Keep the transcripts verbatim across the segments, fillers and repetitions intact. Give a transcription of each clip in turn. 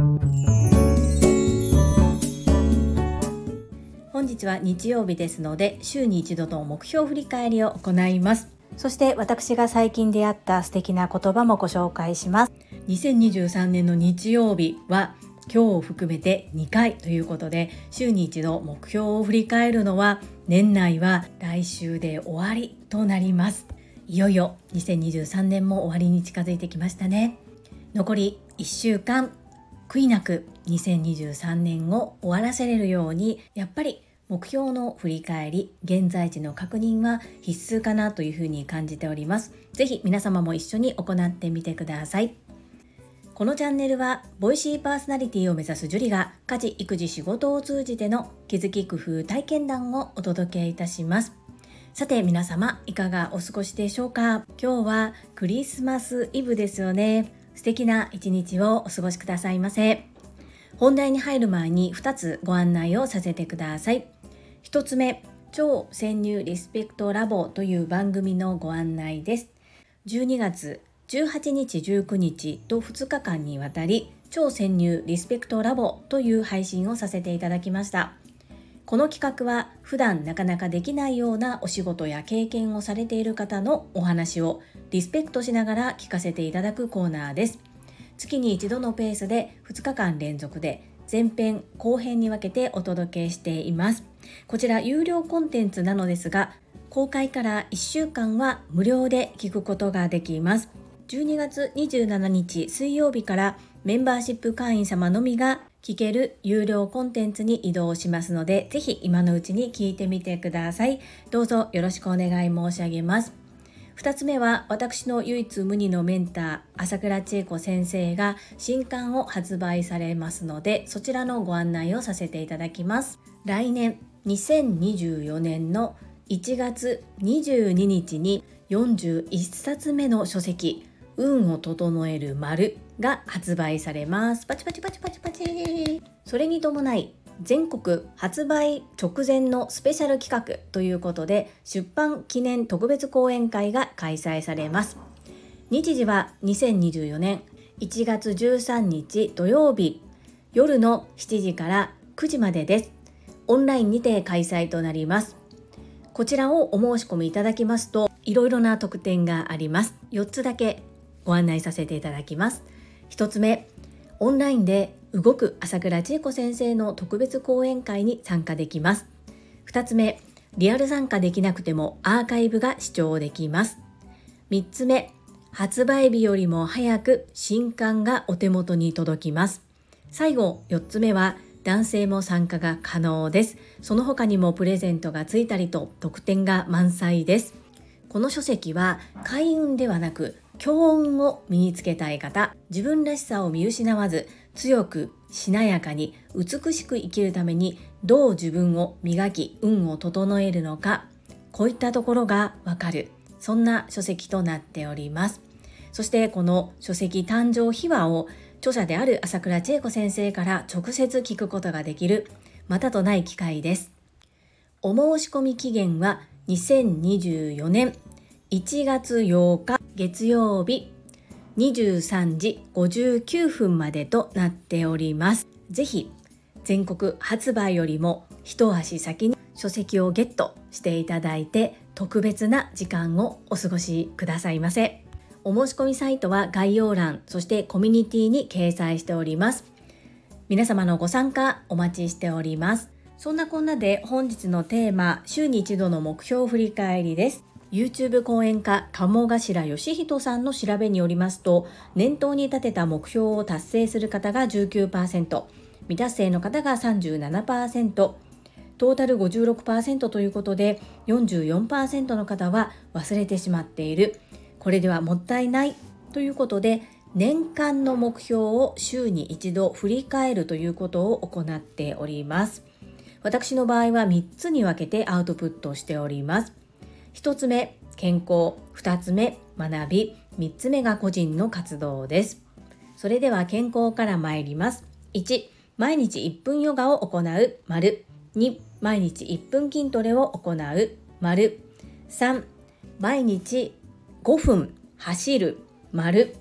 本日は日曜日ですので、週に一度の目標振り返りを行います。そして私が最近出会った素敵な言葉もご紹介します。にせんにじゅうさんねんの日曜日は今日を含めてにかいということで、週に一度目標を振り返るのは年内は来週で終わりとなります。いよいよにせんにじゅうさんねんも終わりに近づいてきましたね。残りいっしゅうかん、悔いなくにせんにじゅうさんねんを終わらせれるように、やっぱり目標の振り返り、現在地の確認は必須かなというふうに感じております。ぜひ皆様も一緒に行ってみてください。このチャンネルはボイシーパーソナリティを目指すジュリが家事・育児・仕事を通じての気づき工夫体験談をお届けいたします。さて皆様、いかがお過ごしでしょうか。今日はクリスマスイブですよね。素敵な一日をお過ごしくださいませ。本題に入る前にふたつご案内をさせてください。ひとつめ、超潜入リスペクトラボという番組のご案内です。じゅうにがつじゅうはちにちじゅうくにちとふつかかんにわたり、超潜入リスペクトラボという配信をさせていただきました。この企画は普段なかなかできないようなお仕事や経験をされている方のお話をリスペクトしながら聞かせていただくコーナーです。月に一度のペースでふつかかん連続で前編後編に分けてお届けしています。こちら有料コンテンツなのですが、公開からいっしゅうかんは無料で聞くことができます。じゅうにがつにじゅうしちにち水曜日からメンバーシップ会員様のみが聞ける有料コンテンツに移動しますので、ぜひ今のうちに聞いてみてください。どうぞよろしくお願い申し上げます。ふたつめは、私の唯一無二のメンター朝倉千恵子先生が新刊を発売されますので、そちらのご案内をさせていただきます。来年にせんにじゅうよねんのいちがつにじゅうににちによんじゅういっさつめの書籍、運を整える丸が発売されます。パチパチパチパチパチ。それに伴い全国発売直前のスペシャル企画ということで、出版記念特別講演会が開催されます。日時はにせんにじゅうよねんいちがつじゅうさんにち土曜日夜のしちじからくじまでです。オンラインにて開催となります。こちらをお申し込みいただきますと、いろいろな特典があります。よっつだけご案内させていただきます。ひとつめ、オンラインで動く朝倉千恵子先生の特別講演会に参加できます。ふたつめ、リアル参加できなくてもアーカイブが視聴できます。みっつめ、発売日よりも早く新刊がお手元に届きます。最後よっつめは、男性も参加が可能です。その他にもプレゼントがついたりと特典が満載です。この書籍は開運ではなく強運を身につけたい方、自分らしさを見失わず強くしなやかに美しく生きるためにどう自分を磨き運を整えるのか、こういったところがわかる、そんな書籍となっております。そしてこの書籍誕生秘話を著者である朝倉千恵子先生から直接聞くことができるまたとない機会です。お申し込み期限はにせんにじゅうよねんいちがつようか月曜日にじゅうさんじごじゅうきゅうふんまでとなっております。ぜひ全国発売よりも一足先に書籍をゲットしていただいて、特別な時間をお過ごしくださいませ。お申し込みサイトは概要欄、そしてコミュニティに掲載しております。皆様のご参加お待ちしております。そんなこんなで本日のテーマ、週に一度の目標振り返りです。YouTube 講演家鴨頭義人さんの調べによりますと、念頭に立てた目標を達成する方が じゅうきゅうパーセント、未達成の方が さんじゅうななパーセント、トータル ごじゅうろくパーセント ということで よんじゅうよんパーセント の方は忘れてしまっている、これではもったいないということで、年間の目標を週に一度振り返るということを行っております。私の場合はみっつに分けてアウトプットしております。ひとつめ、健康。ふたつめ、学び。みっつめが個人の活動です。それでは健康から参ります。いち、毎日いっぷんヨガを行う。丸。に、毎日いっぷん筋トレを行う。丸。さん、毎日ごふん走る。丸。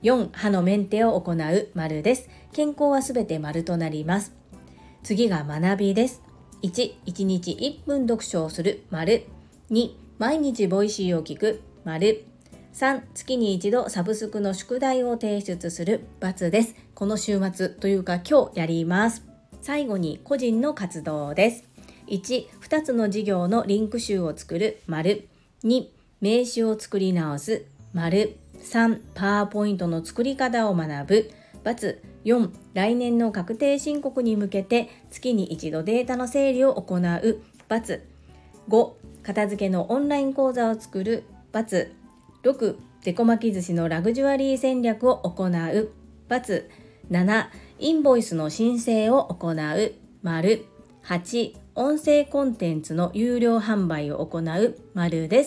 よん、歯のメンテを行う丸です。健康はすべて丸となります。次が学びです。いち、いちにちいっぷん読書をする丸。に、毎日ボイシーを聞く丸。さん、月に一度サブスクの宿題を提出する×です。この週末というか今日やります。最後に個人の活動です。いち、ふたつの事業のリンク集を作る丸。に、名刺を作り直す丸。さん、パワーポイントの作り方を学ぶ×。よん、来年の確定申告に向けて月に一度データの整理を行う×。ご、片付けのオンライン講座を作る×。ろく、デコ巻き寿司のラグジュアリー戦略を行う×。なな、インボイスの申請を行う丸。はち、音声コンテンツの有料販売を行う丸です。×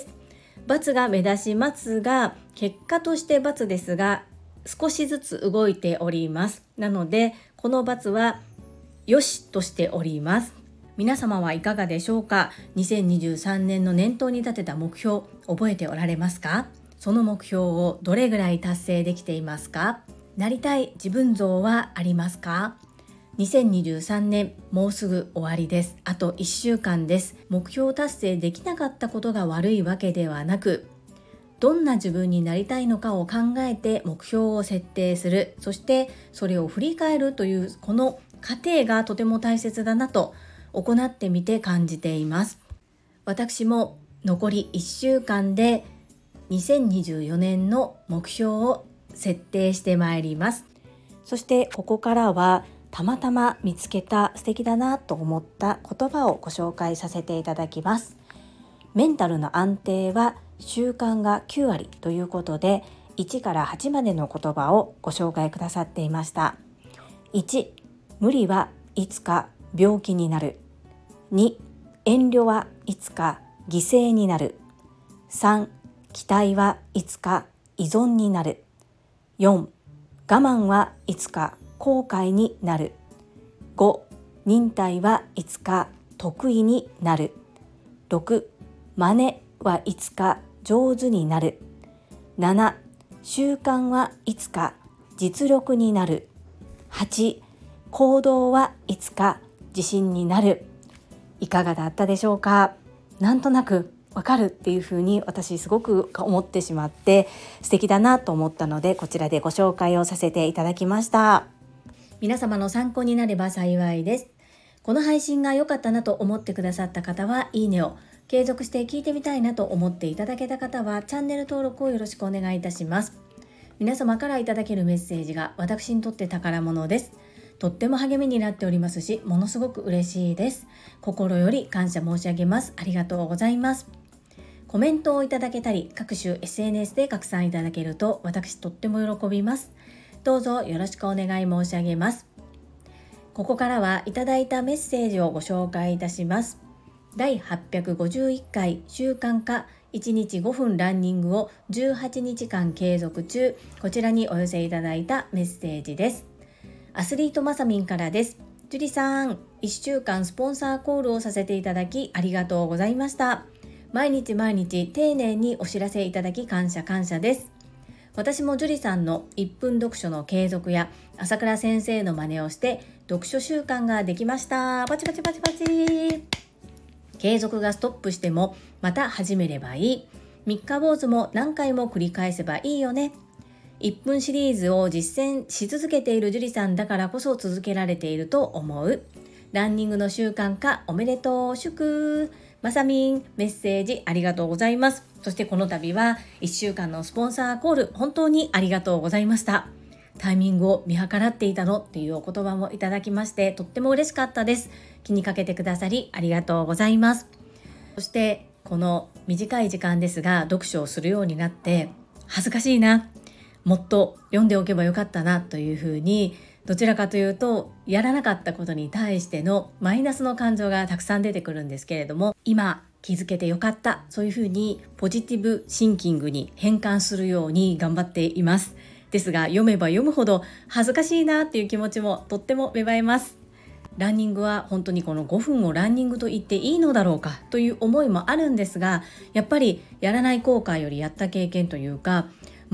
が目立ちますが、結果として×ですが、少しずつ動いております。なので、この×はよしとしております。皆様はいかがでしょうか？にせんにじゅうさんねんの念頭に立てた目標、覚えておられますか？その目標をどれぐらい達成できていますか？なりたい自分像はありますか？にせんにじゅうさんねん、もうすぐ終わりです。あといっしゅうかんです。目標達成できなかったことが悪いわけではなく、どんな自分になりたいのかを考えて目標を設定する、そしてそれを振り返るというこの過程がとても大切だなと行ってみて感じています。私も残りいっしゅうかんでにせんにじゅうよねんの目標を設定してまいります。そしてここからはたまたま見つけた素敵だなと思った言葉をご紹介させていただきます。メンタルの安定は習慣がきゅうわりということで、いちからはちまでの言葉をご紹介くださっていました。いち、無理はいつか病気になる。に、遠慮はいつか犠牲になる。さん、期待はいつか依存になる。よん、我慢はいつか後悔になる。ご、忍耐はいつか得意になる。ろく、真似はいつか上手になる。なな、習慣はいつか実力になる。はち、行動はいつか自信になる。いかがだったでしょうか？なんとなくわかるっていう風に私すごく思ってしまって素敵だなと思ったので、こちらでご紹介をさせていただきました。皆様の参考になれば幸いです。この配信が良かったなと思ってくださった方はいいねを、継続して聞いてみたいなと思っていただけた方はチャンネル登録をよろしくお願いいたします。皆様からいただけるメッセージが私にとって宝物です。とっても励みになっておりますし、ものすごく嬉しいです。心より感謝申し上げます。ありがとうございます。コメントをいただけたり、各種 エスエヌエス で拡散いただけると私とっても喜びます。どうぞよろしくお願い申し上げます。ここからはいただいたメッセージをご紹介いたします。だいはっぴゃくごじゅういっかい習慣化いちにちごふんランニングをじゅうはちにちかん継続中、こちらにお寄せいただいたメッセージです。アスリートまさみんからです。ジュリさん、いっしゅうかんスポンサーコールをさせていただきありがとうございました。毎日毎日丁寧にお知らせいただき感謝感謝です。私もジュリさんのいっぷん読書の継続や朝倉先生の真似をして読書習慣ができました。パチパチパチパチ。継続がストップしてもまた始めればいい。三日坊主も何回も繰り返せばいいよね。いっぷんシリーズを実践し続けているジュリさんだからこそ続けられていると思う。ランニングの習慣化おめでとう。祝まさみん、メッセージありがとうございます。そしてこの度はいっしゅうかんのスポンサーコール本当にありがとうございました。タイミングを見計らっていたのっていうお言葉もいただきましてとっても嬉しかったです。気にかけてくださりありがとうございます。そしてこの短い時間ですが読書をするようになって恥ずかしいな、もっと読んでおけばよかったなというふうに、どちらかというとやらなかったことに対してのマイナスの感情がたくさん出てくるんですけれども、今気づけてよかった、そういうふうにポジティブシンキングに変換するように頑張っています。ですが読めば読むほど恥ずかしいなっていう気持ちもとっても芽生えます。ランニングは本当にこのごふんをランニングと言っていいのだろうかという思いもあるんですが、やっぱりやらない後悔よりやった経験というか、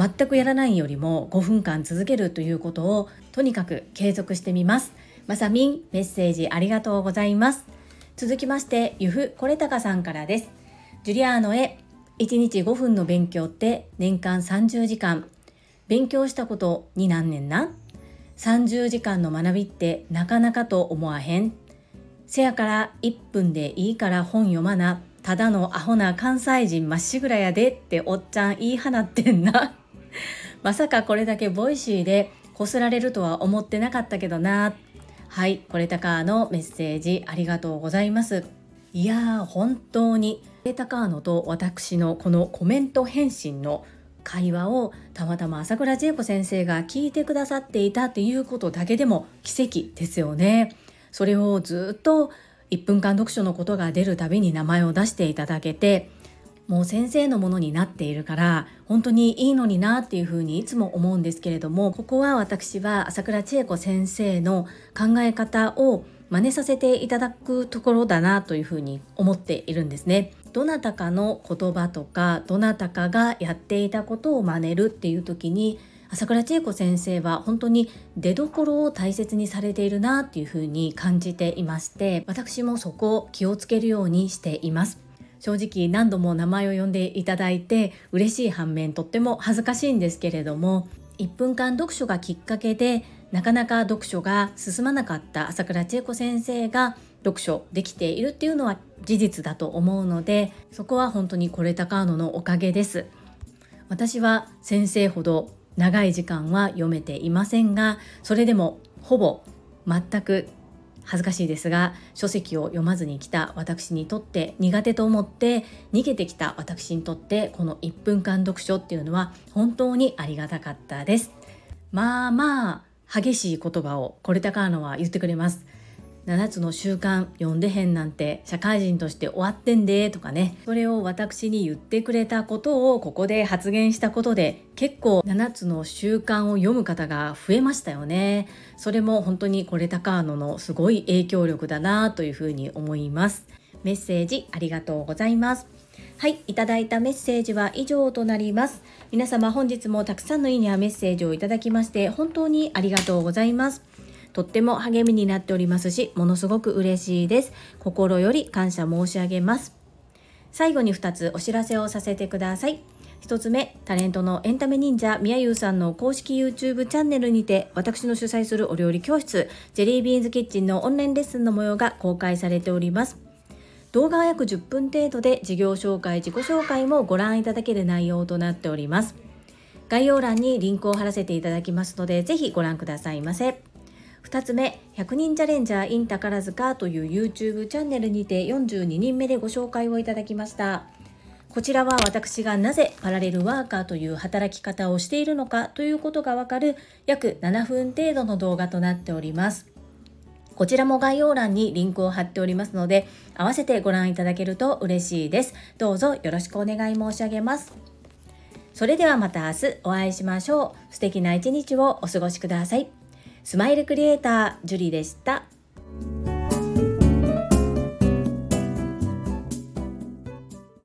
全くやらないよりもごふんかん続けるということをとにかく継続してみます。まさみん、メッセージありがとうございます。続きまして、ゆふこれたかさんからです。ジュリアーノへ、いちにちごふんの勉強って年間さんじゅうじかん。勉強したことになんねんな。さんじゅうじかんの学びってなかなかと思わへん。せやからいっぷんでいいから本読まな。ただのアホな関西人まっしぐらやでっておっちゃん言い放ってんな。まさかこれだけボイシーでこすられるとは思ってなかったけどな。はい、これたかのメッセージありがとうございます。いやー、本当にこれたかのと私のこのコメント返信の会話をたまたま朝倉千恵子先生が聞いてくださっていたっていうことだけでも奇跡ですよね。それをずっといっぷんかん読書のことが出るたびに名前を出していただけて、もう先生のものになっているから本当にいいのになっていうふうにいつも思うんですけれども、ここは私は朝倉千恵子先生の考え方を真似させていただくところだなというふうに思っているんですね。どなたかの言葉とかどなたかがやっていたことを真似るっていう時に、朝倉千恵子先生は本当に出どころを大切にされているなっていうふうに感じていまして、私もそこを気をつけるようにしています。正直何度も名前を呼んでいただいて嬉しい反面とっても恥ずかしいんですけれども、いっぷんかん読書がきっかけでなかなか読書が進まなかった朝倉千恵子先生が読書できているっていうのは事実だと思うので、そこは本当にこれたかののおかげです。私は先生ほど長い時間は読めていませんが、それでもほぼ全く恥ずかしいですが書籍を読まずに来た私にとって、苦手と思って逃げてきた私にとって、このいっぷんかん読書っていうのは本当にありがたかったです。まあまあ激しい言葉をこれたかのは言ってくれます。ななつの習慣読んでへんなんて社会人として終わってんでとかね、それを私に言ってくれたことをここで発言したことで、結構ななつの習慣を読む方が増えましたよね。それも本当にこれたかののすごい影響力だなというふうに思います。メッセージありがとうございます。はい、いただいたメッセージは以上となります。皆様本日もたくさんのいいねやメッセージをいただきまして本当にありがとうございます。とっても励みになっておりますし、ものすごく嬉しいです。心より感謝申し上げます。最後にふたつお知らせをさせてください。ひとつめ、タレントのエンタメ忍者みやゆうさんの公式 YouTube チャンネルにて、私の主催するお料理教室ジェリービーンズキッチンのオンラインレッスンの模様が公開されております。動画は約じゅっぷん程度で、事業紹介、自己紹介もご覧いただける内容となっております。概要欄にリンクを貼らせていただきますので、ぜひご覧くださいませ。ふたつめ、ひゃくにんチャレンジャー in 宝塚という YouTube チャンネルにてよんじゅうににんめでご紹介をいただきました。こちらは私がなぜパラレルワーカーという働き方をしているのかということがわかる約ななふん程度の動画となっております。こちらも概要欄にリンクを貼っておりますので、合わせてご覧いただけると嬉しいです。どうぞよろしくお願い申し上げます。それではまた明日お会いしましょう。素敵な一日をお過ごしください。スマイルクリエイタージュリでした。